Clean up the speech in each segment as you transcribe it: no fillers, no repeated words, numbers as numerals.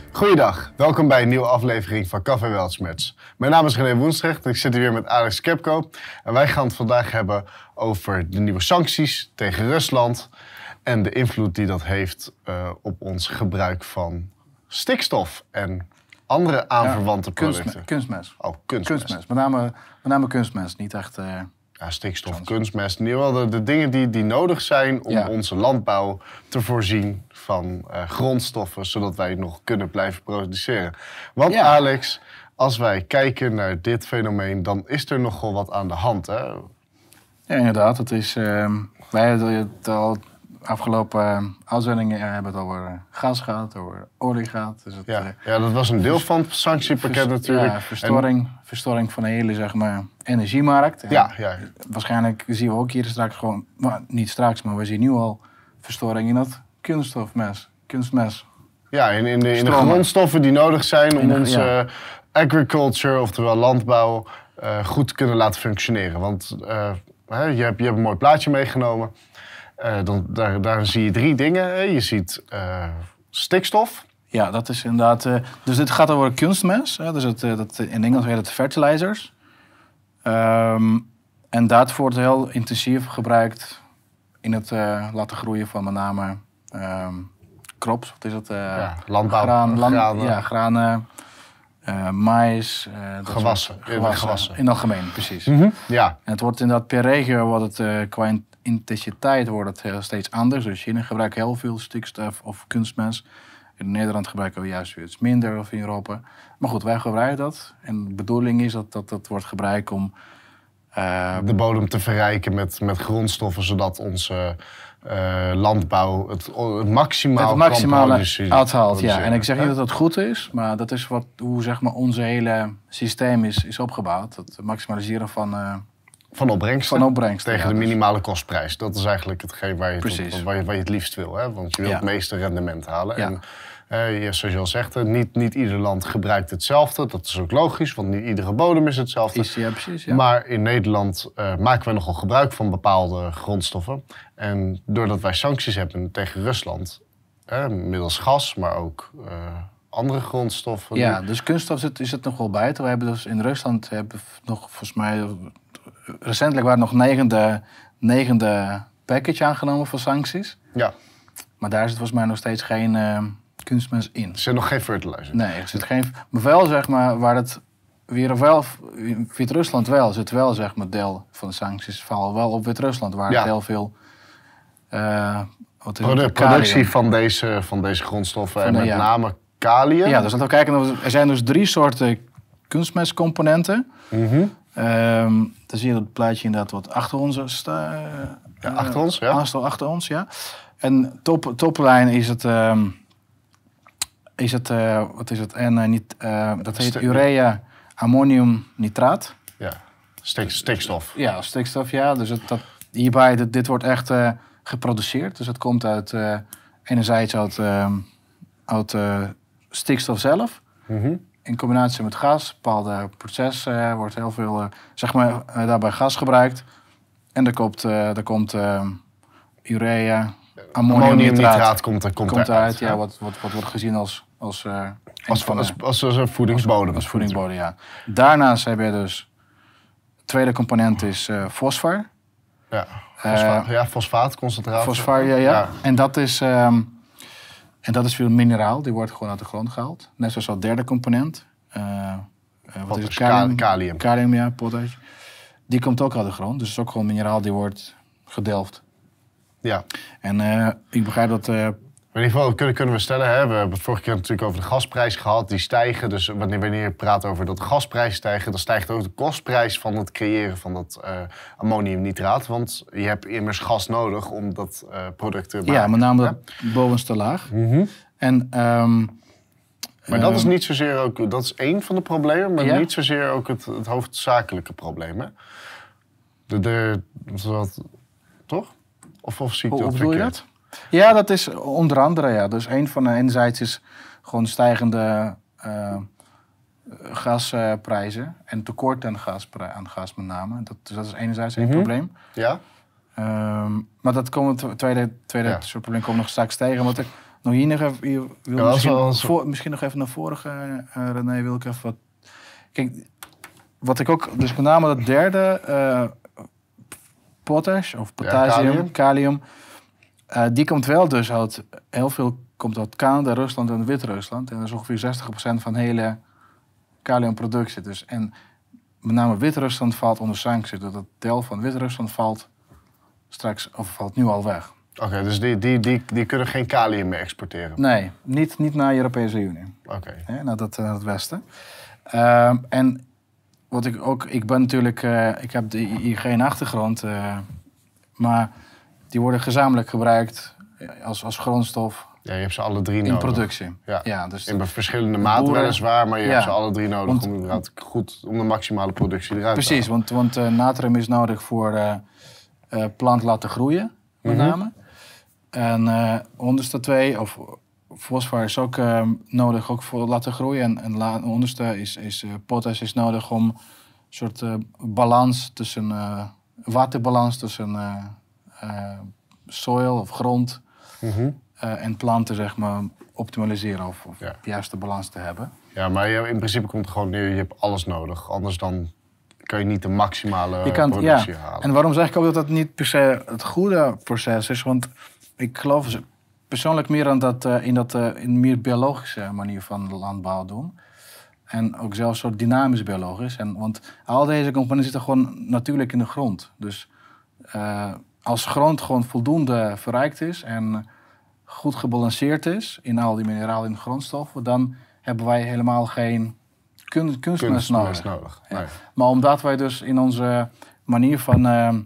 Goeiedag, welkom bij een nieuwe aflevering van Café Weltschmerz. Mijn naam is René Woensrecht en ik zit hier weer met Alex Kepko. En wij gaan het vandaag hebben over de nieuwe sancties tegen Rusland en de invloed die dat heeft op ons gebruik van stikstof en andere aanverwante producten. Kunstmest. Oh, kunstmest. Met name kunstmest, niet echt... Ja, stikstof, kunstmest, in ieder geval de dingen die nodig zijn om onze landbouw te voorzien van grondstoffen, zodat wij nog kunnen blijven produceren. Want Alex, als wij kijken naar dit fenomeen, dan is er nogal wat aan de hand, hè? Ja, inderdaad. Het is, wij hebben het al afgelopen uitzendingen hebben het over gas gehad, over olie gehad. Dus het, ja, dat was een deel van het sanctiepakket natuurlijk. Ja, verstoring van de hele, zeg maar, energiemarkt. Ja. Waarschijnlijk zien we ook hier straks gewoon, maar niet straks, maar we zien nu al verstoring in dat kunstmest. Ja, in de grondstoffen die nodig zijn om onze agriculture, oftewel landbouw, goed te kunnen laten functioneren. Want je hebt een mooi plaatje meegenomen. Daar zie je 3 dingen. Je ziet stikstof. Ja, dat is inderdaad... dus dit gaat over kunstmest. Dus in Engels heet het fertilizers. En dat wordt heel intensief gebruikt in het laten groeien van met name crops. Wat is het? Landbouw. Granen, maïs. Gewassen. In het algemeen, precies. Mm-hmm. Ja. En het wordt inderdaad per regio wordt het qua intensiteit wordt het steeds anders. Dus China gebruikt heel veel stikstof of kunstmest. In Nederland gebruiken we juist iets minder of in Europa. Maar goed, wij gebruiken dat. En de bedoeling is dat wordt gebruikt om... de bodem te verrijken met grondstoffen, zodat onze landbouw het maximale uithaalt. Ja. En ik zeg niet dat dat goed is, maar dat is hoe zeg maar, onze hele systeem is opgebouwd. Het maximaliseren van opbrengsten tegen de minimale kostprijs. Dat is eigenlijk hetgeen waar je het liefst wil. Hè? Want je wilt het meeste rendement halen. Ja. En zoals je al zegt, niet ieder land gebruikt hetzelfde. Dat is ook logisch, want niet iedere bodem is hetzelfde. Ja, precies, ja. Maar in Nederland maken we nogal gebruik van bepaalde grondstoffen. En doordat wij sancties hebben tegen Rusland, middels gas, maar ook andere grondstoffen. Ja, dus kunststof is het nog wel buiten. We hebben dus in Rusland nog volgens mij... Recentelijk waren nog negende package aangenomen voor sancties. Ja. Maar daar zit volgens mij nog steeds geen kunstmest in. Er zit nog geen fertilizer. Nee, er zit geen... Maar wel, zeg maar, waar het weer wel... Wit-Rusland wel, zit wel, zeg maar, deel van de sancties vallen wel op Wit-Rusland, waar het heel veel... productie van deze grondstoffen en met name kalium. Ja, dus laten we kijken. Er zijn dus 3 soorten kunstmestcomponenten. Mm-hmm. Dan zie je dat plaatje inderdaad wat achter ons achter ons, ja. Achter ons, ja. En toplijn is het... wat is het? Dat heet urea ammoniumnitraat. Ja, stikstof. Ja, stikstof, ja. Dus hierbij, dit wordt echt geproduceerd. Dus het komt enerzijds uit stikstof zelf. Mm-hmm. In combinatie met gas. Bepaalde proces wordt heel veel daarbij gas gebruikt. En er komt urea, ammoniumnitraat komt eruit. Ja, wat wordt gezien als een voedingsbodem. Als voedingsbodem, ja. Daarnaast heb je dus... De tweede component is fosfor. Ja, fosfaatconcentratie. Fosfaat, ja. En dat is veel mineraal. Die wordt gewoon uit de grond gehaald. Net zoals dat derde component. Wat is het? Kalium. Kalium, ja, potash. Die komt ook uit de grond. Dus het is ook gewoon mineraal die wordt gedelft. Ja. En ik begrijp dat... in ieder geval kunnen we stellen, hè, we hebben het vorige keer natuurlijk over de gasprijs gehad, die stijgen. Dus wanneer je praat over dat de gasprijs stijgen, dan stijgt ook de kostprijs van het creëren van dat ammoniumnitraat. Want je hebt immers gas nodig om dat product te maken. Ja, met name de bovenste laag. Mm-hmm. En, maar dat is niet zozeer ook, dat is één van de problemen, maar niet zozeer ook het hoofdzakelijke probleem. Hè? Toch? Of zie ik dat hoe bedoel je dat? Ja, dat is onder andere, ja. Dus enerzijds is gewoon stijgende gasprijzen en tekort aan gas met name. Dat is enerzijds een probleem. Ja. Maar dat tweede soort probleem komt nog straks tegen. nog hier nog even, je wil Ja, misschien nog even naar vorige, René, wil ik even wat... Kijk, wat ik ook, dus met name dat derde, potash of potassium, kalium, die komt wel dus uit, heel veel komt uit Canada, Rusland en Wit-Rusland. En dat is ongeveer 60% van de hele kaliumproductie. Dus, en met name Wit-Rusland valt onder sancties. Dat het deel van Wit-Rusland valt straks, of valt nu al weg. Oké, dus die kunnen geen kalium meer exporteren? Nee, niet naar de Europese Unie. Oké. Naar het westen. En wat ik ook, ik ben natuurlijk, ik heb hier geen achtergrond, maar die worden gezamenlijk gebruikt als grondstof. Ja, je hebt ze alle drie nodig. In productie. Ja. Dus in verschillende maten weliswaar, maar je hebt ze alle drie nodig om de maximale productie eruit te halen. Precies, want natrium is nodig voor plant laten groeien, met name. En onderste twee, of fosfor is ook nodig ook voor laten groeien. En onderste is potash is nodig om een soort balans tussen, waterbalans tussen soil of grond en planten, zeg maar, optimaliseren of de juiste balans te hebben. Ja, maar in principe komt het gewoon neer, je hebt alles nodig. Anders dan kan je niet de maximale productie halen. En waarom zeg ik ook dat dat niet per se het goede proces is? Want ik geloof persoonlijk meer aan in een meer biologische manier van landbouw doen. En ook zelfs zo dynamisch biologisch. Want al deze componenten zitten gewoon natuurlijk in de grond. Dus als grond gewoon voldoende verrijkt is en goed gebalanceerd is in al die mineralen en grondstoffen, dan hebben wij helemaal geen kunstmest nodig. Nee. Ja. Maar omdat wij dus in onze manier van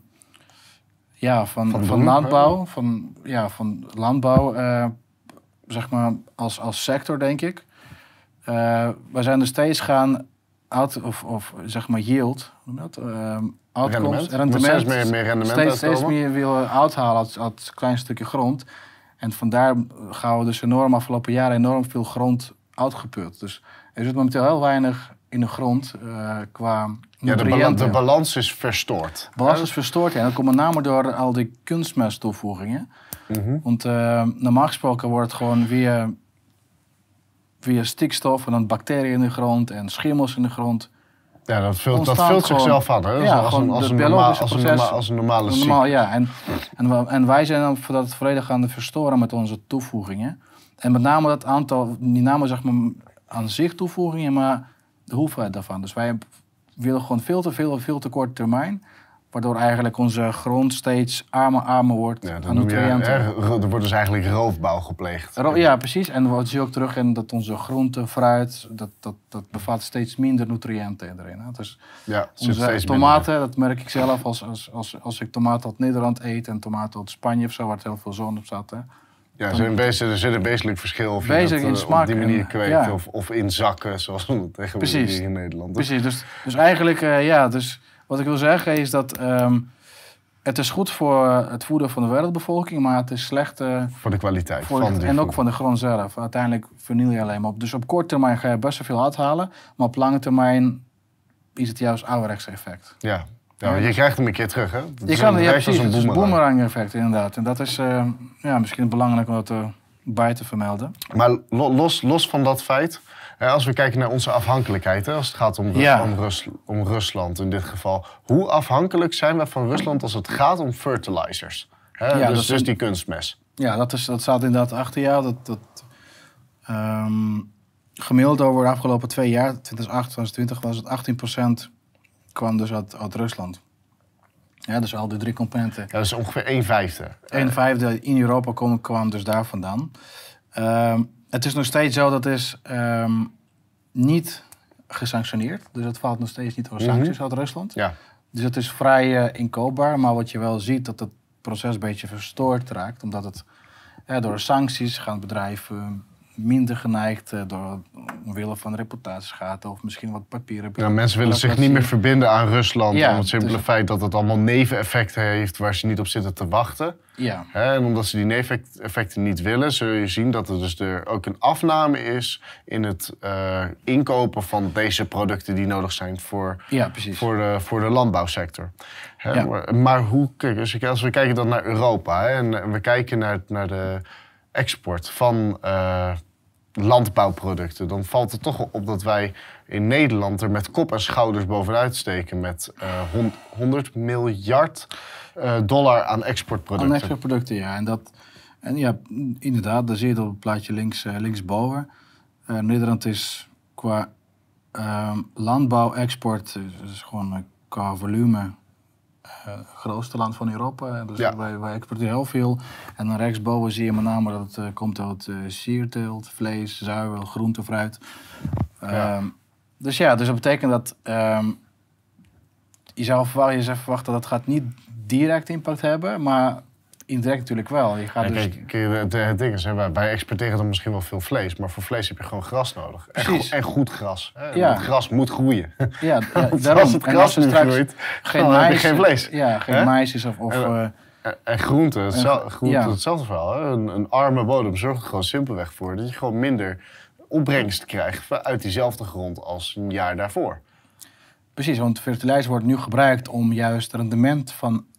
landbouw, zeg maar als sector, denk ik. We zijn er steeds gaan zeg maar yield, hoe noem je dat? Outkomst, rendement. Steeds meer rendement steeds meer willen uithalen uit een klein stukje grond. En vandaar gaan we dus afgelopen jaren enorm veel grond uitgeput. Dus er zit momenteel heel weinig in de grond qua nutriënten. De balans is verstoord. De balans is verstoord, ja. En dat komt met name door al die kunstmesttoevoegingen. Want normaal gesproken wordt het gewoon via stikstof en dan bacteriën in de grond en schimmels in de grond. Ja, dat vult zichzelf aan. Hè? Ja, als een normale ziekte. Ja. En wij zijn dan dat het volledig aan het verstoren met onze toevoegingen. En met name dat aantal, niet name zeg maar aan zich toevoegingen, maar de hoeveelheid daarvan. Dus wij willen gewoon veel te korte termijn. Waardoor eigenlijk onze grond steeds armer wordt aan nutriënten. Er wordt dus eigenlijk roofbouw gepleegd. Ja, precies. En wat zie je ook terug in dat onze groente, fruit, dat bevat steeds minder nutriënten erin. Hè? Dus onze tomaten, dat merk ik zelf als ik tomaten uit Nederland eet en tomaten uit Spanje of zo, waar het heel veel zon op zat. Hè? Ja, er zit een wezenlijk verschil of je dat op die manier kweekt of in zakken, zoals we dat tegenwoordig hier in Nederland. Precies, dus eigenlijk, dus wat ik wil zeggen is dat het is goed voor het voeden van de wereldbevolking, maar het is slecht voor de kwaliteit en ook van de grond zelf. Uiteindelijk verniel je alleen maar op. Dus op korte termijn ga je best wel veel uithalen, maar op lange termijn is het juist ouderwetse effect. Ja. Ja, je krijgt hem een keer terug, hè? Het is een boemerang-effect, inderdaad. En dat is misschien belangrijk om dat bij te vermelden. Maar los van dat feit, als we kijken naar onze afhankelijkheid, als het gaat om Rusland in dit geval. Hoe afhankelijk zijn we van Rusland als het gaat om fertilizers? Dus die kunstmest. Ja, dat staat inderdaad achter jou. Gemiddeld over de afgelopen 2 jaar, 2008, 2020, was het 18% kwam dus uit Rusland. Ja, dus al die 3 componenten. Ja, dat is ongeveer 1/5 in Europa kwam dus daar vandaan. Het is nog steeds zo, dat is niet gesanctioneerd. Dus het valt nog steeds niet door sancties uit Rusland. Ja. Dus het is vrij inkoopbaar. Maar wat je wel ziet, dat het proces een beetje verstoord raakt. Omdat het door sancties gaan bedrijven minder geneigd door omwille van reputatieschade of misschien wat papieren. Ja, mensen willen zich niet meer verbinden aan Rusland om het simpele feit dat het allemaal neveneffecten heeft waar ze niet op zitten te wachten. Ja. En omdat ze die neveneffecten niet willen, zul je zien dat er dus ook een afname is in het inkopen van deze producten die nodig zijn voor de landbouwsector. Maar als we kijken dan naar Europa en we kijken naar de export van landbouwproducten, dan valt het toch op dat wij in Nederland er met kop en schouders bovenuit steken met $100 miljard aan exportproducten. Aan exportproducten, ja. En ja, inderdaad, daar zie je het op het plaatje linksboven. Nederland is qua landbouwexport, dus gewoon qua volume, het grootste land van Europa. Dus wij exporteren heel veel. En dan rechtsboven zie je met name dat het komt uit sierteelt, vlees, zuivel, groente, fruit. Dus dat betekent dat je zou verwachten dat het gaat niet direct impact hebben, maar indirect natuurlijk wel. Je gaat het ding is, wij exporteren dan misschien wel veel vlees, maar voor vlees heb je gewoon gras nodig. En goed gras. Hè? Het gras moet groeien. Ja, daarom. Als het gras niet groeit, dan heb je geen vlees. Ja, geen maïs en groente, hetzelfde verhaal. Hè? Een arme bodem zorgt er gewoon simpelweg voor dat je gewoon minder opbrengst krijgt uit diezelfde grond als een jaar daarvoor. Precies, want fertilizer wordt nu gebruikt om juist het rendement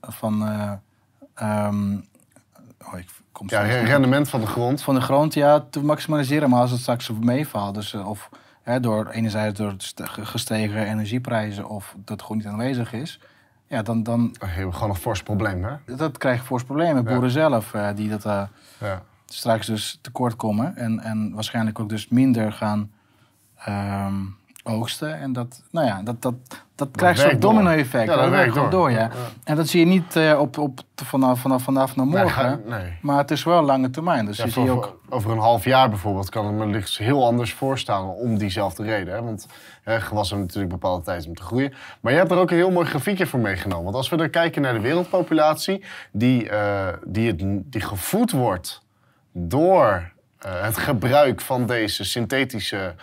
rendement van de grond. Van de grond, te maximaliseren. Maar als het straks meevalt, dus enerzijds door gestegen energieprijzen of dat het gewoon niet aanwezig is, dan heb je gewoon een fors probleem, hè? Dat krijg je fors problemen. Boeren zelf die dat straks dus tekort komen en waarschijnlijk ook dus minder gaan oogsten. En dat krijgt zo'n domino-effect. Ja, dat werkt door. Ja. En dat zie je niet vanaf naar morgen. Nee. Maar het is wel lange termijn. Dus zie je ook over een half jaar bijvoorbeeld kan het me licht heel anders voorstaan om diezelfde reden. Hè? Want gewassen hebben natuurlijk bepaalde tijd om te groeien. Maar je hebt er ook een heel mooi grafiekje voor meegenomen. Want als we dan kijken naar de wereldpopulatie die gevoed wordt door het gebruik van deze synthetische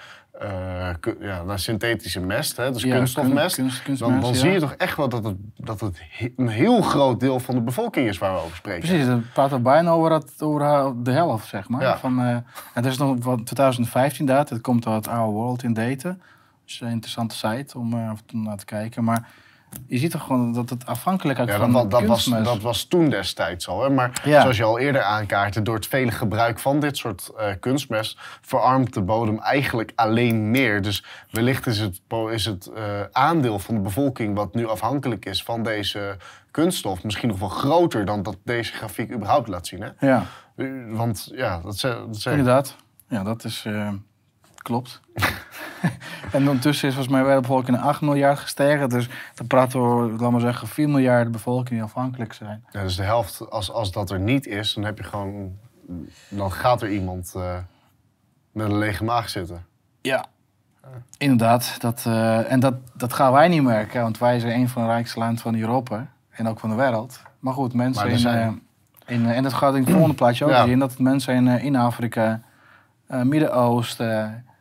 mest, hè, dus kunststofmest, dan zie je toch echt wel dat het een heel groot deel van de bevolking is waar we over spreken. Precies, dan praten we bijna over de helft, zeg maar. Ja. En dat is nog van 2015 data, het komt uit Our World in Data. Dat is een interessante site om naar te kijken, maar je ziet toch gewoon dat het afhankelijk is van kunstmest. Dat was toen destijds al. Hè? Maar zoals je al eerder aankaartte, door het vele gebruik van dit soort kunstmest verarmt de bodem eigenlijk alleen meer. Dus wellicht is het aandeel van de bevolking wat nu afhankelijk is van deze kunststof misschien nog wel groter dan dat deze grafiek überhaupt laat zien. Hè? Ja. Want dat zeg inderdaad. Ja, dat is klopt. En ondertussen is volgens mij de bevolking naar 8 miljard gestegen. Dus dan praten we, laten we zeggen, 4 miljard bevolking die afhankelijk zijn. Ja, dus de helft, als dat er niet is, dan heb je gewoon, dan gaat er iemand met een lege maag zitten. Ja, inderdaad. Dat gaan wij niet merken, want wij zijn een van de rijkste landen van Europa en ook van de wereld. Maar goed, mensen en dat gaat in het volgende plaatje ook zien, dat mensen in Afrika, Midden-Oosten,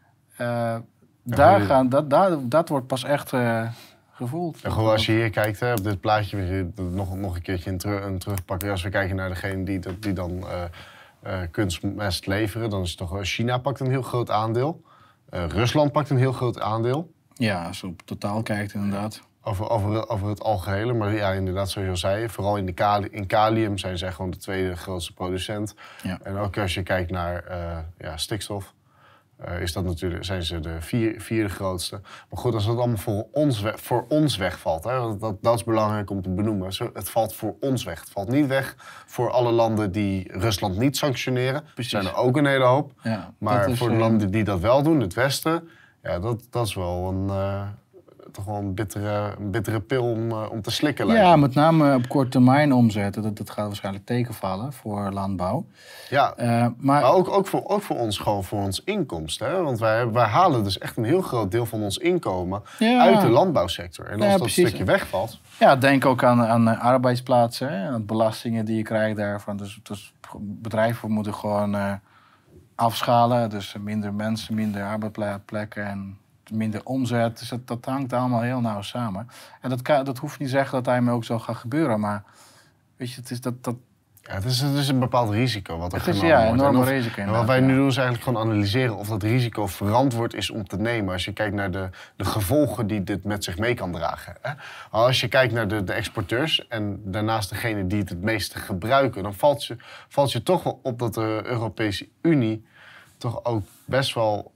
dat wordt pas echt gevoeld. En gewoon als je hier kijkt, hè, op dit plaatje, nog een keertje terugpakken. Als we kijken naar degene die dan kunstmest leveren, dan is het toch China pakt een heel groot aandeel. Rusland pakt een heel groot aandeel. Ja, als je op totaal kijkt inderdaad. Over het algehele, maar ja, inderdaad, zoals je al zei, vooral in kalium zijn zij gewoon de tweede grootste producent. Ja. En ook als je kijkt naar stikstof, zijn ze de vierde grootste. Maar goed, als dat allemaal voor ons wegvalt, hè, dat is belangrijk om te benoemen. Het valt voor ons weg. Het valt niet weg voor alle landen die Rusland niet sanctioneren. Precies. Er zijn er ook een hele hoop. Ja, maar voor de landen die dat wel doen, het Westen, ja, dat is wel toch wel een bittere pil om te slikken. Ja, met name op korte termijn omzetten. Dat gaat waarschijnlijk tegenvallen voor landbouw. Ja, maar ook voor ons, gewoon voor ons inkomsten. Hè? Want wij halen dus echt een heel groot deel van ons inkomen uit de landbouwsector. En als dat stukje wegvalt... Ja, denk ook aan arbeidsplaatsen, hè? Aan belastingen die je krijgt daarvan. Dus bedrijven moeten gewoon afschalen. Dus minder mensen, minder arbeidsplekken en minder omzet. Dus dat hangt allemaal heel nauw samen. En dat hoeft niet te zeggen dat daarmee ook zo gaat gebeuren. Maar weet je, het is Ja, het is een bepaald risico wat er Het is genomen wordt. een enorme En risico. en wat wij nu doen is eigenlijk gewoon analyseren of dat risico verantwoord is om te nemen. Als je kijkt naar de gevolgen die dit met zich mee kan dragen. Hè? Als je kijkt naar de exporteurs en daarnaast degene die het meeste gebruiken, dan valt je toch wel op dat de Europese Unie toch ook best wel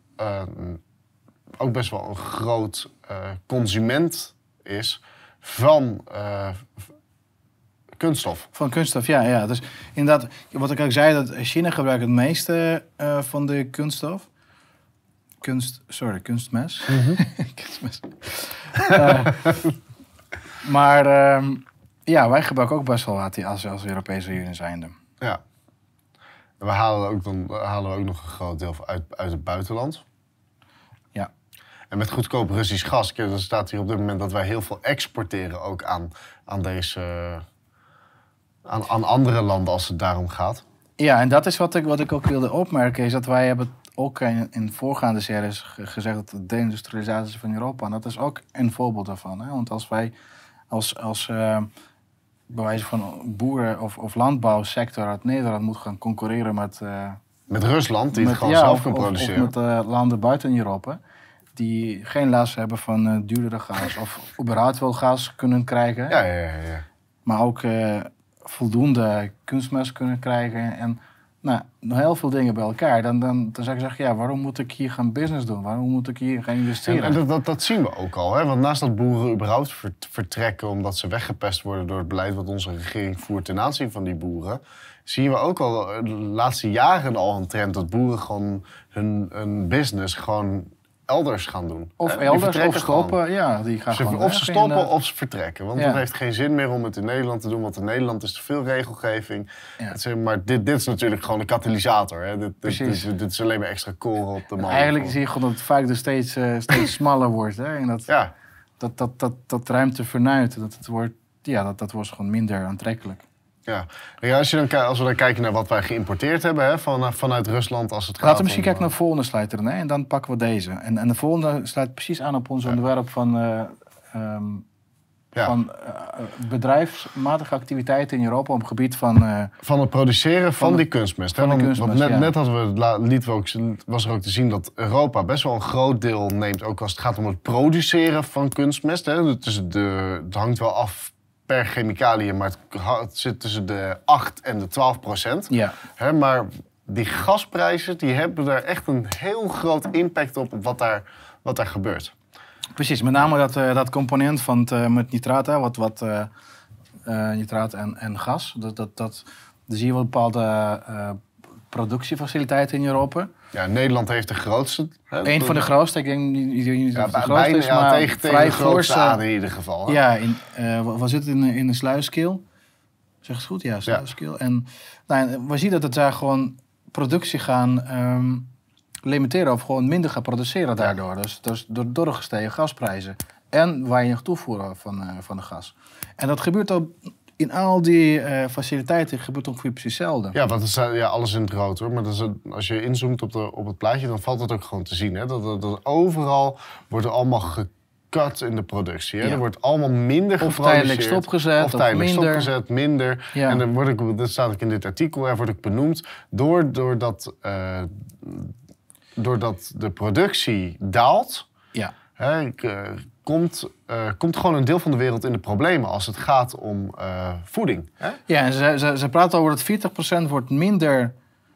een groot consument is van kunststof. Van kunststof, ja. Dus inderdaad, wat ik ook zei, dat China gebruikt het meeste van de kunststof. Kunstmes. Kunstmes. Maar wij gebruiken ook best wel wat als Europese Unie zijnde. Ja. En we halen ook nog een groot deel uit het buitenland. Ja. En met goedkoop Russisch gas, dan staat hier op dit moment dat wij heel veel exporteren ook aan andere landen als het daarom gaat. Ja, en dat is wat ik ook wilde opmerken, is dat wij hebben ook in voorgaande series gezegd dat de deindustrialisatie van Europa, en dat is ook een voorbeeld daarvan. Hè? Want als wij als bij wijze van boeren of landbouwsector uit Nederland moet gaan concurreren met Rusland, die het gewoon zelf kan produceren. Of met landen buiten Europa, die geen last hebben van duurdere gas of überhaupt wel gas kunnen krijgen. Ja. Maar ook voldoende kunstmest kunnen krijgen en heel veel dingen bij elkaar. Dan zou ik zeggen, waarom moet ik hier gaan business doen? Waarom moet ik hier gaan investeren? En dat zien we ook al. Hè? Want naast dat boeren überhaupt vertrekken omdat ze weggepest worden door het beleid wat onze regering voert ten aanzien van die boeren, zien we ook al de laatste jaren al een trend dat boeren gewoon hun business gewoon elders gaan doen. Of elders, of stoppen. Ja, die gaan gewoon of ze stoppen of ze vertrekken. Want het heeft geen zin meer om het in Nederland te doen. Want in Nederland is te veel regelgeving. Ja. Maar dit is natuurlijk gewoon een katalysator. Hè? Dit is alleen maar extra koren op de man. Eigenlijk zie je gewoon dat het vaak dus steeds smaller wordt. Hè? En dat ruimte vernuit. Dat wordt gewoon minder aantrekkelijk. Ja, als we dan kijken naar wat wij geïmporteerd hebben hè, vanuit Rusland als het gaat. Laten we misschien kijken naar de volgende slide René, en dan pakken we deze. En de volgende sluit precies aan op ons onderwerp van bedrijfsmatige activiteiten in Europa op het gebied van het produceren van die kunstmest. Net was er ook te zien dat Europa best wel een groot deel neemt, ook als het gaat om het produceren van kunstmest. Hè. Het hangt wel af per chemicaliën, maar het zit tussen de 8 en de 12%. Ja. Maar die gasprijzen die hebben daar echt een heel groot impact op wat daar gebeurt. Precies, met name dat component van met nitraat, nitraat en gas. Dan zie je wel bepaalde productiefaciliteiten in Europa. Ja, Nederland heeft de grootste. Eén van de grootste, ik denk niet of de grootste bijna, is, maar tegen de grootste aan in ieder geval. Hè? Ja, we zitten in de Sluiskil. Zeg het goed? Ja, Sluiskil. Ja. En we zien dat het daar gewoon productie gaan limiteren of gewoon minder gaan produceren daardoor. Dus door de gestegen gasprijzen en waar je nog toevoeren van de gas. En dat gebeurt ook in al die faciliteiten gebeurt ongeveer precies hetzelfde. Ja, want het is alles in het rood hoor. Maar als je inzoomt op het plaatje, dan valt het ook gewoon te zien. Hè? Dat overal wordt er allemaal gecut in de productie. Hè? Ja. Er wordt allemaal minder geproduceerd. Of tijdelijk stopgezet. Of tijdelijk stopgezet, minder. Ja. En dat staat ook in dit artikel, er wordt ook benoemd. Doordat de productie daalt, komt gewoon een deel van de wereld in de problemen als het gaat om voeding. Hè? Ja, en ze praten over dat 40% wordt minder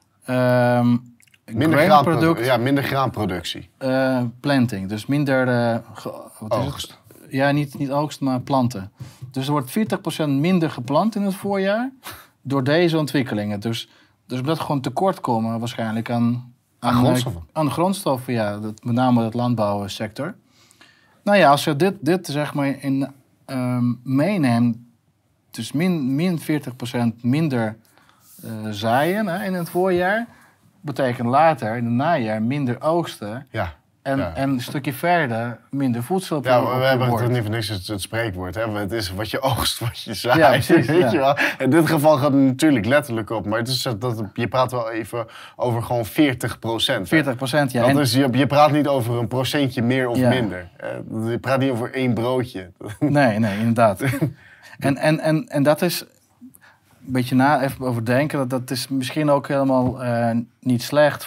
minder graanproductie. Planting, dus minder oogst. Ja, niet oogst, maar planten. Dus er wordt 40% minder geplant in het voorjaar door deze ontwikkelingen. Dus omdat gewoon tekort komen waarschijnlijk aan grondstoffen. Aan grondstoffen, ja, met name het landbouwsector. Nou ja, als je dit zeg maar meeneemt, dus min 40% minder zaaien in het voorjaar, betekent later in het najaar minder oogsten. Ja. En een stukje verder minder voedsel. Ja, we hebben het niet voor niks het spreekwoord. Hè? Het is wat je oogst, wat je zaait. Ja, precies, weet je wel? In dit geval gaat het natuurlijk letterlijk op. Maar het is je praat wel even over gewoon 40%. 40%, ja. Dus je praat niet over een procentje meer of minder. Je praat niet over 1 broodje. Nee, inderdaad. en dat is beetje even over denken. Dat is misschien ook helemaal niet slecht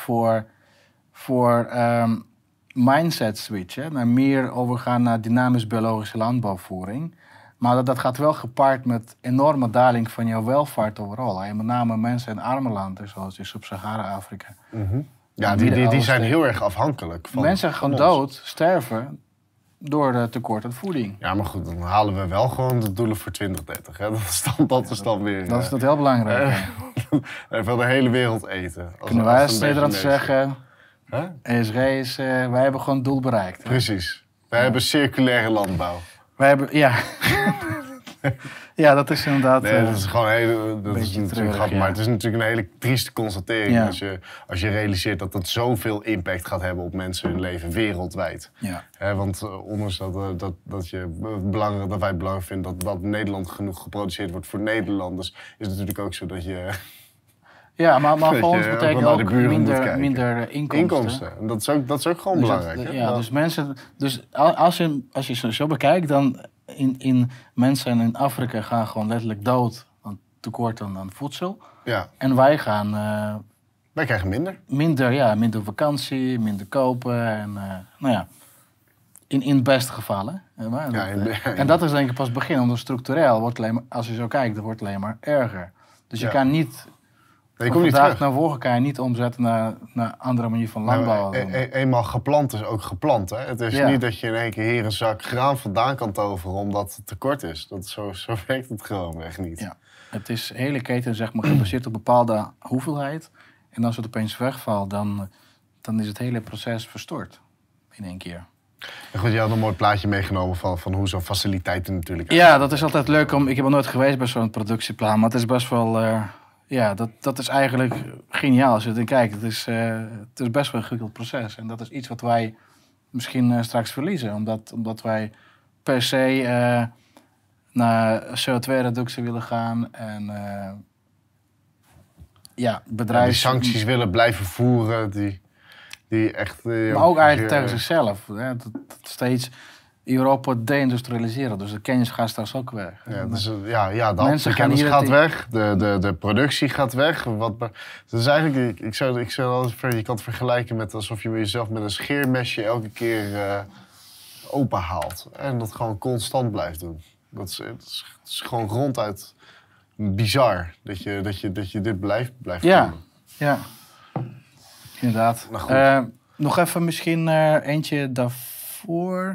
voor mindset switch. Hè? Naar meer overgaan naar dynamisch biologische landbouwvoering. Maar dat gaat wel gepaard met enorme daling van jouw welvaart overal. Hè? Met name mensen in arme landen, zoals in Sub-Sahara-Afrika. Ja, die zijn heel erg afhankelijk van. Mensen gaan gewoon dood, sterven door de tekort aan voeding. Ja, maar goed, dan halen we wel gewoon de doelen voor 2030. Hè? Dat is dan weer... Dat is dat heel belangrijk. Even de hele wereld eten. Kunnen wij als Nederland zeggen... ESG is... wij hebben gewoon het doel bereikt. Hè? Precies. Wij hebben circulaire landbouw. Wij hebben... Ja. Ja, dat is inderdaad... Nee, dat is gewoon een hele... Dat is natuurlijk treurig, grappig, maar het is natuurlijk een hele trieste constatering... Ja. Als je realiseert dat het zoveel impact gaat hebben op mensen hun leven wereldwijd. Ja. Want ondanks dat wij het belangrijk vinden dat Nederland genoeg geproduceerd wordt voor Nederlanders... is het natuurlijk ook zo dat je... Ja, maar voor ons betekent ook minder inkomsten. Inkomsten. En dat is ook gewoon dus belangrijk. Dus mensen... Dus als je zo bekijkt, dan... In mensen in Afrika gaan gewoon letterlijk dood aan tekort aan voedsel. Ja. En wij gaan... wij krijgen minder. Minder vakantie, minder kopen. En, nou ja, in het beste gevallen. En dat is denk ik pas het begin. Omdat structureel wordt alleen maar, als je zo kijkt, dat wordt alleen maar erger. Dus je kan niet... Nee, van vandaag naar morgen kan je niet omzetten naar andere manier van landbouw. Eenmaal geplant is ook geplant. Hè? Het is niet dat je in één keer hier een zak graan vandaan kan toveren omdat het tekort is. Zo werkt het gewoon echt niet. Ja. Het is de hele keten zeg maar, gebaseerd op een bepaalde hoeveelheid. En als het opeens wegvalt, dan is het hele proces verstoord in één keer. En goed, je had een mooi plaatje meegenomen van hoe zo'n faciliteiten natuurlijk... Ja, dat is altijd leuk. Ik heb nog nooit geweest bij zo'n productieplan, maar het is best wel... Ja, dat is eigenlijk geniaal als je erin kijkt. Het is best wel een ingewikkeld proces. En dat is iets wat wij misschien straks verliezen. Omdat wij per se naar CO2-reductie willen gaan. En bedrijven... die sancties willen blijven voeren. Die echt... maar ook eigenlijk tegen zichzelf. Hè, dat steeds... Europa deindustrialiseren, dus de kennis gaat straks ook weg. Ja, dus, de kennis gaat weg, de productie gaat weg. Dus eigenlijk, ik zou je kan het vergelijken met alsof je jezelf met een scheermesje elke keer open haalt. En dat gewoon constant blijft doen. Het is gewoon ronduit bizar dat je dit blijft doen. Ja, inderdaad. Nog even misschien eentje daarvoor...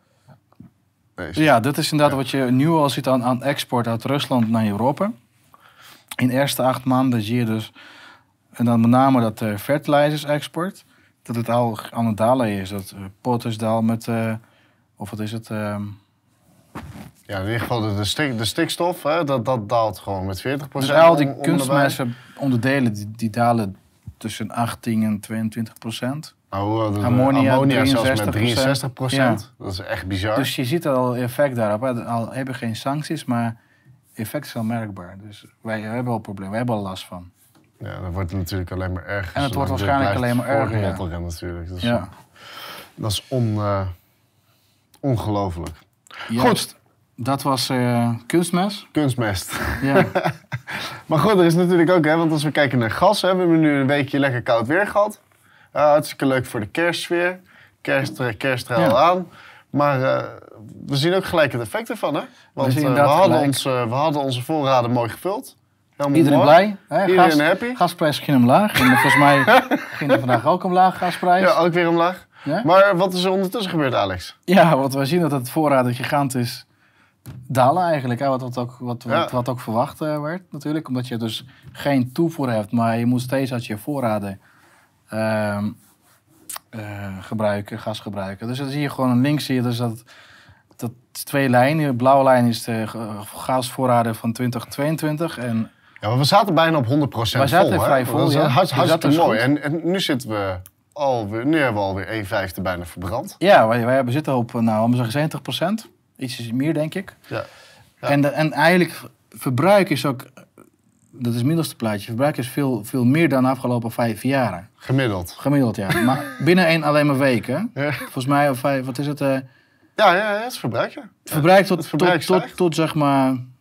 Ja, dit is inderdaad wat je nu al ziet aan export uit Rusland naar Europa. In de eerste 8 maanden zie je dus, en dan met name dat fertilizers export, dat het al aan het dalen is. Dat potash daalt met, of wat is het? Ja, in ieder geval de stikstof, hè, dat daalt gewoon met 40%. Dus al die kunstmeststoffen onderdelen, die dalen tussen 18 en 22%. Ammonia zelfs met 63%. Ja. Dat is echt bizar. Dus je ziet al effect daarop. Al hebben we geen sancties, maar effect is wel merkbaar. Dus wij hebben al problemen, wij hebben al last van. Ja, dat wordt natuurlijk alleen maar erger. En het wordt waarschijnlijk alleen maar erger. Ja. Natuurlijk. Dat is ongelooflijk. Goed. Dat was kunstmest. Kunstmest. Ja. Maar goed, er is natuurlijk ook, hè, want als we kijken naar gas, hè, we hebben nu een weekje lekker koud weer gehad. Hartstikke leuk voor de kerstsfeer. Kerst er al aan. Maar we zien ook gelijk het effect ervan, hè? Want we hadden onze voorraden mooi gevuld. Helemaal iedereen mooi. blij. Hè? Iedereen happy. Gasprijs ging omlaag. En volgens mij ging er vandaag ook omlaag, gasprijs. Ja, ook weer omlaag. Ja? Maar wat is er ondertussen gebeurd, Alex? Ja, wat we zien dat het voorraden gigantisch dalen eigenlijk. Hè? Wat ook verwacht werd natuurlijk. Omdat je dus geen toevoer hebt, maar je moet steeds uit je voorraden gas gebruiken. Dus dan zie je gewoon links zie je dus dat 2 lijnen. De blauwe lijn is de gasvoorraden van 2022. En ja, maar we zaten bijna op 100% vol. We zaten vrij vol, ja. Hartstikke mooi. En nu zitten we nu hebben we alweer 1/5 bijna verbrand. Ja, wij zitten op, om te zeggen 70%. Iets meer, denk ik. Ja. En eigenlijk, verbruik is ook... Dat is het middelste plaatje. Verbruik is veel meer dan de afgelopen 5 jaar. Gemiddeld, ja. Maar binnen alleen maar weken. Ja. Volgens mij, of 5, wat is het? Ja, het is verbruik, ja. Het verbruik tot zeg maar...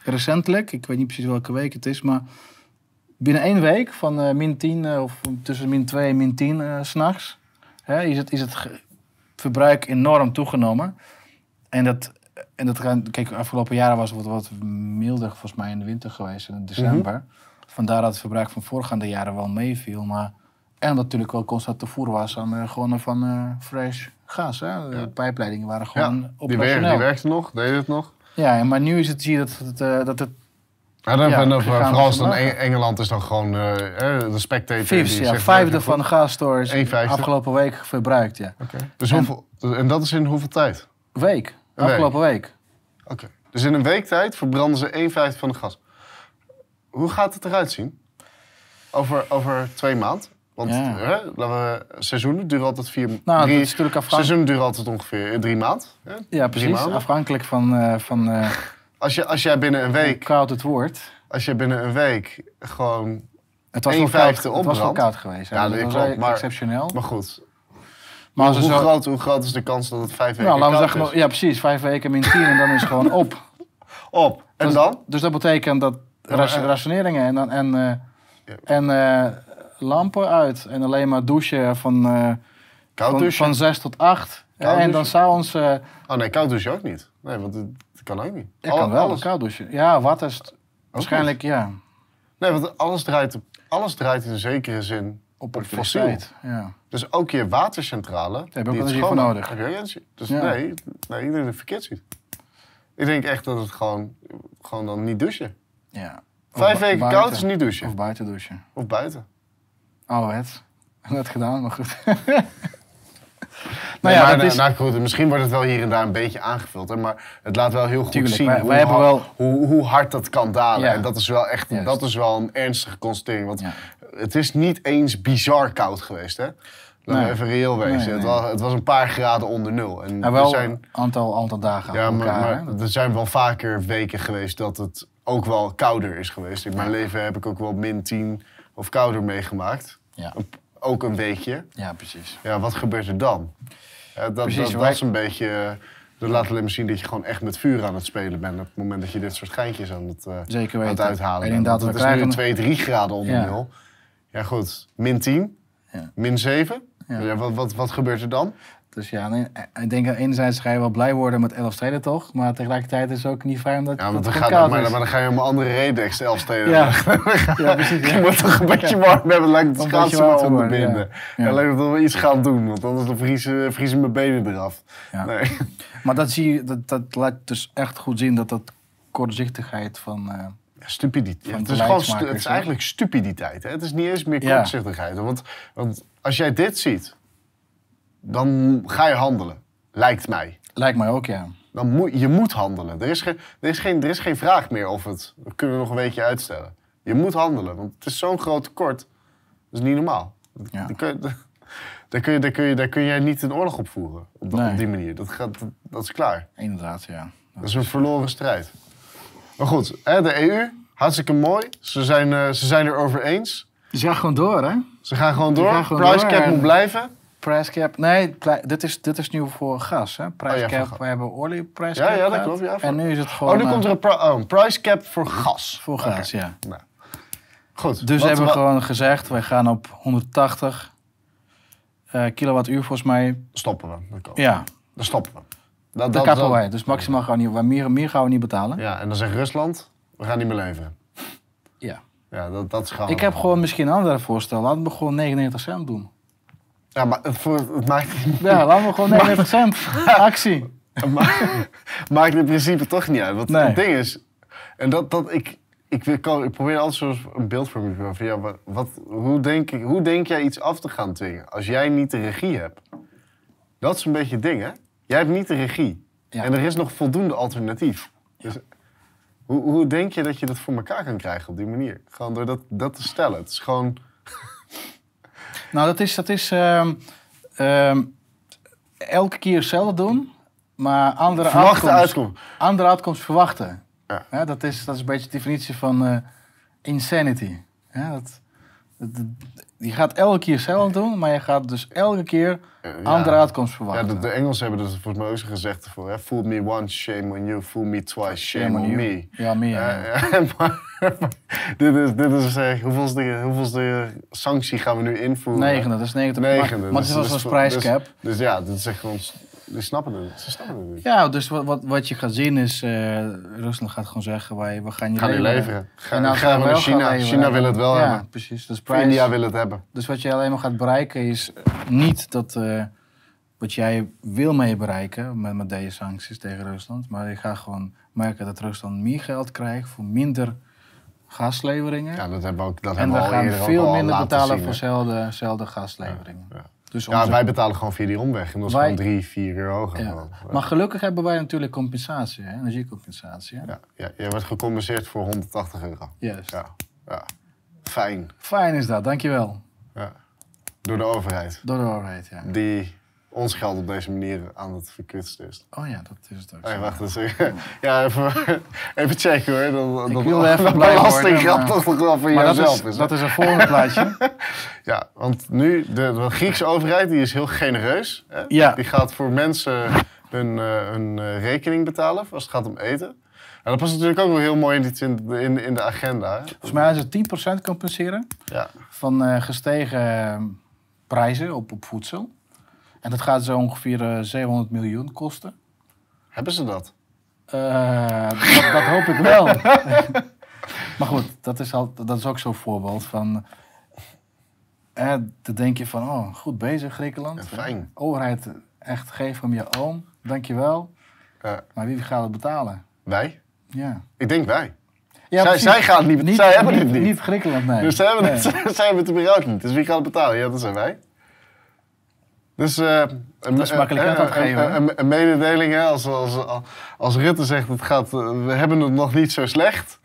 recentelijk, ik weet niet precies welke week het is, maar binnen 1 week van -10 of tussen -2 en -10 s'nachts, is het verbruik enorm toegenomen. En dat kijk, de afgelopen jaren was het wat milder volgens mij in de winter geweest, in december. Vandaar dat het verbruik van voorgaande jaren wel meeviel, maar en dat natuurlijk wel constant te voer was aan gewoon van fresh gas. Hè? De pijpleidingen waren gewoon operationeel. Die werkte nog, deed het nog. Ja, maar nu zie je dat het vooral als dan Engeland is dan gewoon de spectator. Vijfde van de gasstores afgelopen week verbruikt. Ja. Okay. Dus en dat is in hoeveel tijd? Afgelopen week. Oké. Dus in een week tijd verbranden ze 1/5 van de gas. Hoe gaat het eruit zien? Over 2 maanden? Want seizoenen duren altijd 4 maanden. Nou, dat is natuurlijk seizoenen duren altijd ongeveer 3 maanden. Ja, precies. Afhankelijk van als jij binnen een week... Hoe koud het wordt. Als je binnen een week gewoon... Het was wel koud geweest. Ja, dat klopt. Was exceptioneel. Maar goed. Maar hoe groot is de kans dat het 5 weken laten we zeggen, ja, precies. 5 weken -10 en dan is het gewoon op. En dan? Dus dat betekent dat rationeringen en lampen uit. En alleen maar douchen van 6 tot 8. En dan s'avonds... nee, koud douchen ook niet. Nee, want dat kan ook niet. Ik kan wel koud douchen. Ja, wat is het? Waarschijnlijk, ja. Nee, want alles draait in zekere zin op fossiel. Ja. Dus ook je watercentrale... Daar heb je ook energie voor nodig. Dus nee, ik denk dat het verkeerd ziet. Ik denk echt dat het gewoon dan niet douchen. Ja. 5 weken koud is niet douchen. Of buiten douchen. Of buiten. Net gedaan, maar goed. Goed, misschien wordt het wel hier en daar een beetje aangevuld, hè, maar het laat wel heel goed zien hoe hard dat kan dalen. Ja. En dat is wel echt een ernstige constatering. Want het is niet eens bizar koud geweest, hè? Laten we even reëel wezen. Het was een paar graden onder 0. En wel een aantal dagen aan elkaar. Maar er zijn wel vaker weken geweest dat het ook wel kouder is geweest. In mijn leven heb ik ook wel -10 of kouder meegemaakt. Ja. Ook een weekje. Ja, precies. Ja, wat gebeurt er dan? Dat is een beetje... Dat laat alleen maar zien dat je gewoon echt met vuur aan het spelen bent... op het moment dat je dit soort geintjes aan het uithalen bent. Het is nu 2, 3 graden onder 0. Ja goed, -10, -7. Ja, wat gebeurt er dan? Dus ja, ik denk dat enerzijds ga je wel blij worden met Elfsteden toch, maar tegelijkertijd is het ook niet fijn omdat het koud is. Maar dan ga je om een andere reden extra Elfsteden. Ja, precies. Je moet toch een beetje warm hebben, lijkt het schaatsen wel onderbinden. Ja, lijkt het dat we iets gaan doen, want anders dan vriezen mijn benen eraf. Ja. Nee. Maar dat zie je, dat laat dus echt goed zien dat kortzichtigheid van... stupiditeit. Het is eigenlijk stupiditeit. Hè? Het is niet eens meer kortzichtigheid. Want als jij dit ziet, dan ga je handelen. Lijkt mij. Lijkt mij ook, ja. Je moet handelen. Er is geen vraag meer of het... Dat kunnen we nog een weekje uitstellen. Je moet handelen, want het is zo'n groot tekort. Dat is niet normaal. Ja. Daar kun jij niet een oorlog op voeren. Op die manier. Dat is klaar. Inderdaad, ja. Dat is een verloren strijd. Maar goed, de EU, hartstikke mooi. Ze zijn er over eens. Ze gaan gewoon door, hè? Ze gaan gewoon door. Price cap moet blijven. Price cap, nee, dit is nu voor gas, hè? Price cap, we hebben olieprijs cap. Ja, dat klopt. Ja, en nu is het gewoon... nu komt er een price cap voor gas. Voor gas, ja. Nou. Goed. Dus hebben we gewoon gezegd, wij gaan op 180 kilowattuur volgens mij. Stoppen we. Ja. Dan stoppen we. Dat kappen wij. Dus maximaal gaan we niet, meer gaan we niet betalen. Ja, en dan zegt Rusland, we gaan niet meer leveren. Ja. Ja, dat is gewoon... Ik heb gewoon misschien een ander voorstel. Laten we gewoon 99 cent doen. Ja, maar het maakt... Ja, laten we gewoon 99 cent. Actie. Maakt in principe toch niet uit. Want het ding is... En ik probeer altijd zo een beeld voor me van... Ja, hoe denk jij iets af te gaan dwingen als jij niet de regie hebt? Dat is een beetje het ding, hè? Jij hebt niet de regie. Ja. En er is nog voldoende alternatief. Ja. Dus hoe denk je dat je dat voor elkaar kan krijgen op die manier? Gewoon door dat te stellen. Het is gewoon... Nou, dat is elke keer hetzelfde doen, maar andere uitkomst verwachten. Ja. Ja, dat is een beetje de definitie van insanity. Ja, Je gaat elke keer hetzelfde doen, maar je gaat dus elke keer andere uitkomst verwachten. Ja, de Engelsen hebben dat volgens mij ook zo gezegd ervoor. Hè? Fool me once, shame on you. Fool me twice, shame on me. Ja, meer. Maar dit is hoeveelste sanctie gaan we nu invoeren? 9e, dat is 90. Negende. Maar dit was als prijscap. Dus ja, dat is echt gewoon... Ze snappen het niet. Ja, dus wat je gaat zien is... Rusland gaat gewoon zeggen, we gaan je leveren. Gaan we naar China. China wil het wel hebben. Ja, precies. Dus India wil het hebben. Dus wat je alleen maar gaat bereiken is niet dat... wat jij wil mee bereiken met deze sancties tegen Rusland. Maar je gaat gewoon merken dat Rusland meer geld krijgt voor minder gasleveringen. Ja, dat hebben we ook en we gaan veel minder betalen zien, voor dezelfde gasleveringen. Ja. Dus wij betalen gewoon via die omweg. En dat is gewoon 3, 4 euro hoger. Ja. Maar gelukkig hebben wij natuurlijk compensatie, hè? Energiecompensatie. Hè? Ja, je wordt gecompenseerd voor 180 euro. Juist. Ja. Fijn. Fijn is dat, dankjewel. Ja. Door de overheid. Door de overheid, ja. Die ons geld op deze manier aan het verkutsten is. Oh ja, dat is het ook. Hey, wacht eens. Ja, even checken hoor. Ik wilde even blij belastinggeld toch nog wel voor jezelf is. Dat is een volgende plaatje. Ja, want nu, de Griekse overheid die is heel genereus. Hè? Ja. Die gaat voor mensen hun rekening betalen als het gaat om eten. En dat past natuurlijk ook wel heel mooi in de agenda. Hè? Volgens mij is het 10% compenseren van gestegen prijzen op voedsel. En dat gaat zo ongeveer 700 miljoen kosten. Hebben ze dat? Dat hoop ik wel. Maar goed, dat is ook zo'n voorbeeld van... dan denk je van, oh, goed bezig Griekenland. Ja, fijn. Overheid, echt geef hem je oom, dankjewel. Maar wie gaat het betalen? Wij? Ja. Ik denk wij. Ja, zij gaan het niet, zij hebben het niet. Niet Griekenland, nee. Dus zij hebben het überhaupt ook niet. Dus wie gaat het betalen? Ja, dat zijn wij. Dus dat is makkelijk uit geven. Een mededeling, hè, als Rutte zegt, we hebben het nog niet zo slecht.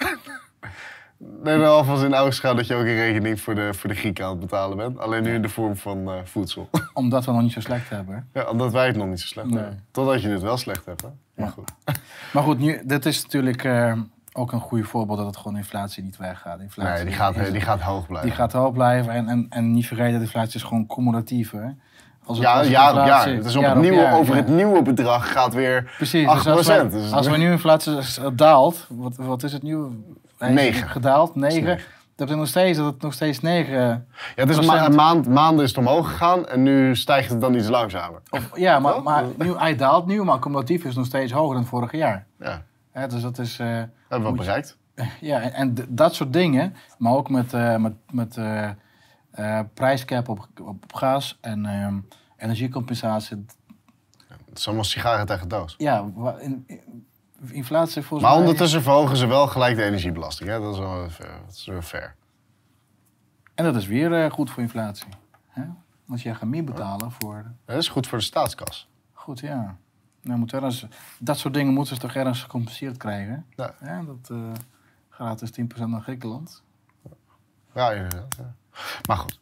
Neem dan alvast in oogschouw dat je ook een rekening voor de Grieken aan het betalen bent. Alleen nu in de vorm van voedsel. Omdat we nog niet zo slecht hebben. Ja, omdat wij het nog niet zo slecht hebben. Totdat je het wel slecht hebt. Hè? Maar goed. Maar goed, dit is natuurlijk ook een goede voorbeeld dat het gewoon inflatie niet weggaat. Inflatie die gaat hoog blijven. Die gaat hoog blijven en niet vergeten dat inflatie is gewoon cumulatief. Hè? Jaar op jaar. Het is over het nieuwe bedrag gaat weer precies, 8%. Dus als we nu inflatie daalt, wat is het nu? 9. Gedaald, 9. Dat het nog steeds 9. Ja, het is maanden is het omhoog gegaan en nu stijgt het dan iets langzamer. Maar hij daalt nu, maar cumulatief is nog steeds hoger dan vorig jaar. Ja. Dus dat is... hebben we wel bereikt. Ja, en dat soort dingen, maar ook met prijscap op gas en energiecompensatie. Het is allemaal sigaren tegen doos. Ja, inflatie volgens mij... Maar ondertussen ondertussen verhogen ze wel gelijk de energiebelasting. Hè? Dat is wel fair. En dat is weer goed voor inflatie. Hè? Want jij gaat meer betalen voor... Dat is goed voor de staatskas. Goed, ja. Nou, dat soort dingen moeten ze toch ergens gecompenseerd krijgen. Ja. Ja, dat gratis 10% naar Griekenland. Ja, inderdaad. Ja. Maar goed.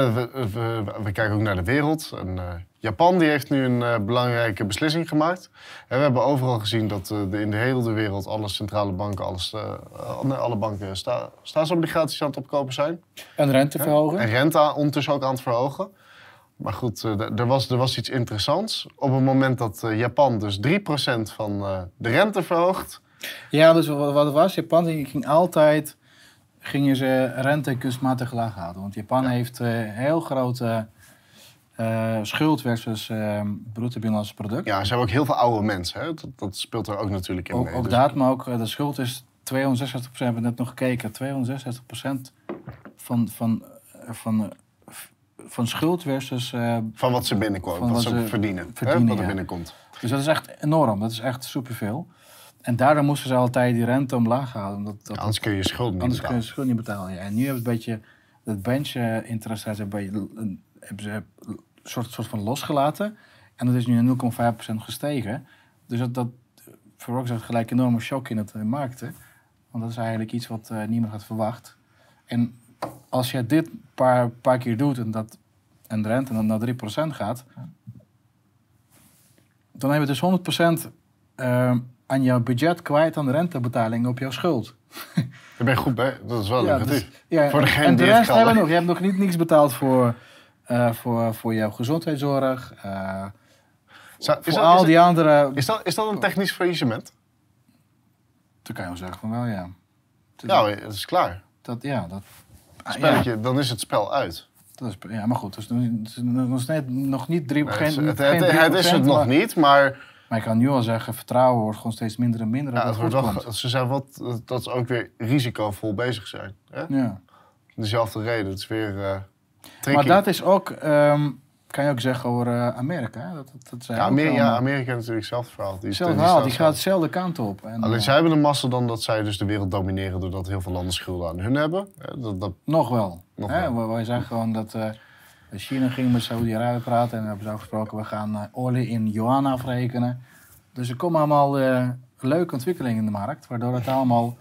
We kijken ook naar de wereld. En, Japan die heeft nu een belangrijke beslissing gemaakt. We hebben overal gezien dat in de hele wereld alle centrale banken, alle banken staatsobligaties aan het opkopen zijn. En rente verhogen. En rente ondertussen ook aan het verhogen. Maar goed, er was iets interessants. Op het moment dat Japan dus 3% van de rente verhoogt. Ja, dus wat het was, Japan gingen ze rente kunstmatig laag houden. Want Japan heeft heel grote schuld versus bruto binnenlands product. Ja, ze hebben ook heel veel oude mensen. Hè? Dat speelt er ook natuurlijk in mee. Ook dat, maar ook de schuld is 62%. We hebben net nog gekeken. 62% van schuld versus... van wat ze binnenkomen, wat ze verdienen. Wat er binnenkomt. Dus dat is echt enorm. Dat is echt superveel. En daardoor moesten ze altijd die rente omlaag houden. Anders kun je je schuld niet betalen. Kun je je schuld niet betalen, ja. En nu hebben ze een beetje... Het bench-interest hebben ze een soort van losgelaten. En dat is nu 0,5% gestegen. Dus dat veroorzaakt gelijk een enorme shock in het markten. Want dat is eigenlijk iets wat niemand had verwacht. En als je dit paar keer doet en de rente dan naar 3% gaat... dan heb je dus 100% aan jouw budget kwijt aan de rentebetaling op jouw schuld. Daar ben je goed bij. Dat is wel Ja, lucratief. ja, Voor degene en de die het rest kan. hebben we nog. Je hebt nog niet niks betaald voor jouw gezondheidszorg. Voor al die andere... Is dat een technisch faillissement? Dan kan je wel zeggen van wel, ja. Ja, het is klaar. Spelletje, dan is het spel uit. Ja, maar goed, het is nog niet 3%. Het is het nog niet, maar... Maar ik kan nu al zeggen, vertrouwen wordt gewoon steeds minder en minder. Ja, het wordt wel, ze zijn dat ze ook weer risicovol bezig zijn. Hè? Ja. Dezelfde reden, het is weer tricky. Maar dat is ook, kan je ook zeggen over Amerika. Hè? Dat zijn Amerika natuurlijk hetzelfde verhaal. Die gaat dezelfde kant op. En, alleen zij hebben de massa dan dat zij dus de wereld domineren doordat heel veel landen schulden aan hun hebben. Nog wel. Nog hè? wel. Wij zeggen gewoon dat China ging met Saudi-Arabië praten en hebben ze afgesproken, we gaan olie in yuan afrekenen. Dus er komen allemaal leuke ontwikkelingen in de markt, waardoor het allemaal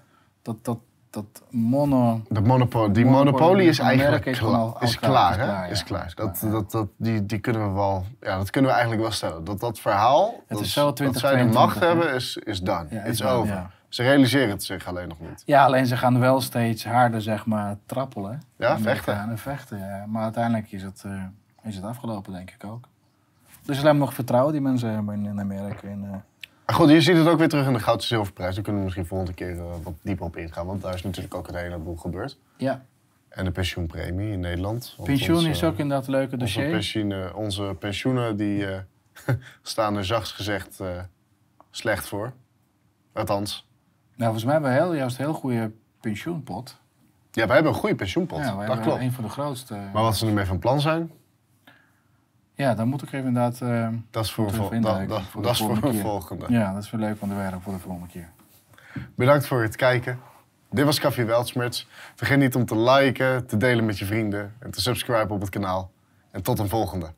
die monopolie is eigenlijk klaar. Die kunnen we wel, dat kunnen we eigenlijk wel stellen. Dat verhaal, het is zo dat zij de macht hebben, is done. Ja, It's over. Ja. Ze realiseren het zich alleen nog niet. Ja, alleen ze gaan wel steeds harder, zeg maar, trappelen. Ja, vechten. Ja. Maar uiteindelijk is het afgelopen, denk ik ook. Dus ze hebben nog vertrouwen, die mensen hebben in Amerika. Maar goed, je ziet het ook weer terug in de goud- en zilverprijs. Daar kunnen we misschien volgende keer wat dieper op ingaan. Want daar is natuurlijk ook een heleboel gebeurd. Ja. En de pensioenpremie in Nederland. Pensioen is ook inderdaad een leuke dossier. Onze pensioenen die staan er zachts gezegd slecht voor. Althans. Nou, volgens mij hebben we juist een heel goede pensioenpot. Ja, wij hebben een goede pensioenpot. Ja, dat klopt. Een van de grootste. Maar wat ze ermee van plan zijn? Ja, dan moet ik even inderdaad... dat is voor de volgende. Ja, dat is wel leuk onderwerp voor de volgende keer. Bedankt voor het kijken. Dit was Café Weltschmerz. Vergeet niet om te liken, te delen met je vrienden en te subscriben op het kanaal. En tot een volgende.